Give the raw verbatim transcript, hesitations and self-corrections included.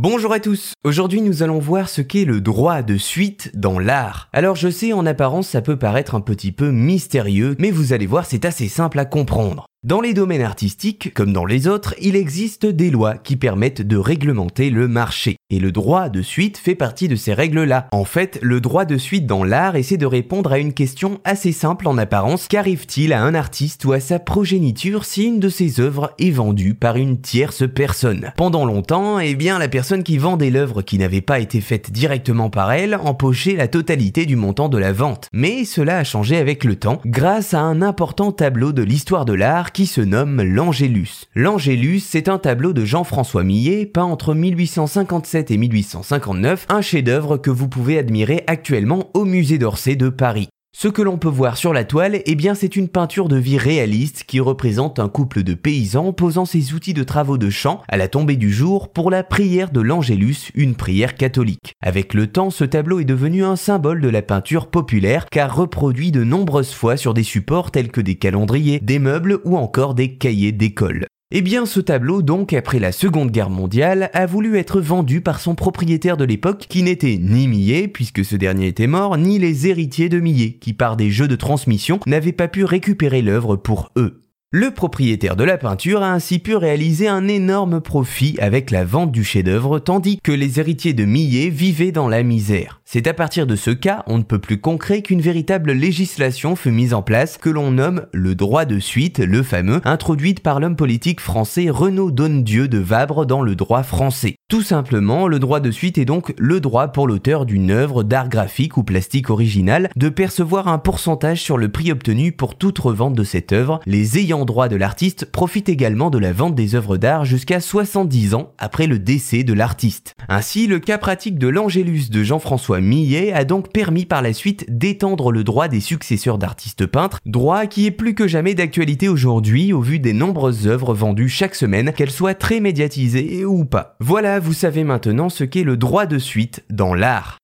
Bonjour à tous, aujourd'hui nous allons voir ce qu'est le droit de suite dans l'art. Alors je sais, en apparence ça peut paraître un petit peu mystérieux, mais vous allez voir, c'est assez simple à comprendre. Dans les domaines artistiques, comme dans les autres, il existe des lois qui permettent de réglementer le marché. Et le droit de suite fait partie de ces règles-là. En fait, le droit de suite dans l'art essaie de répondre à une question assez simple en apparence. Qu'arrive-t-il à un artiste ou à sa progéniture si une de ses œuvres est vendue par une tierce personne? Pendant longtemps, eh bien, la personne qui vendait l'œuvre qui n'avait pas été faite directement par elle empochait la totalité du montant de la vente. Mais cela a changé avec le temps, grâce à un important tableau de l'histoire de l'art qui se nomme l'Angélus. L'Angélus, c'est un tableau de Jean-François Millet, peint entre mille huit cent cinquante-sept et mille huit cent cinquante-neuf, un chef-d'œuvre que vous pouvez admirer actuellement au musée d'Orsay de Paris. Ce que l'on peut voir sur la toile, eh bien c'est une peinture de vie réaliste qui représente un couple de paysans posant ses outils de travaux de champ à la tombée du jour pour la prière de l'Angélus, une prière catholique. Avec le temps, ce tableau est devenu un symbole de la peinture populaire car reproduit de nombreuses fois sur des supports tels que des calendriers, des meubles ou encore des cahiers d'école. Eh bien ce tableau donc, après la Seconde Guerre mondiale, a voulu être vendu par son propriétaire de l'époque qui n'était ni Millet, puisque ce dernier était mort, ni les héritiers de Millet, qui par des jeux de transmission n'avaient pas pu récupérer l'œuvre pour eux. Le propriétaire de la peinture a ainsi pu réaliser un énorme profit avec la vente du chef-d'œuvre, tandis que les héritiers de Millet vivaient dans la misère. C'est à partir de ce cas, on ne peut plus concret, qu'une véritable législation fut mise en place que l'on nomme le droit de suite, le fameux, introduite par l'homme politique français Renaud Donnedieu de Vabre dans le droit français. Tout simplement, le droit de suite est donc le droit pour l'auteur d'une œuvre d'art graphique ou plastique originale de percevoir un pourcentage sur le prix obtenu pour toute revente de cette œuvre. Les ayants droit de l'artiste profitent également de la vente des œuvres d'art jusqu'à soixante-dix ans après le décès de l'artiste. Ainsi, le cas pratique de l'Angélus de Jean-François Millet a donc permis par la suite d'étendre le droit des successeurs d'artistes peintres, droit qui est plus que jamais d'actualité aujourd'hui au vu des nombreuses œuvres vendues chaque semaine, qu'elles soient très médiatisées ou pas. Voilà, vous savez maintenant ce qu'est le droit de suite dans l'art.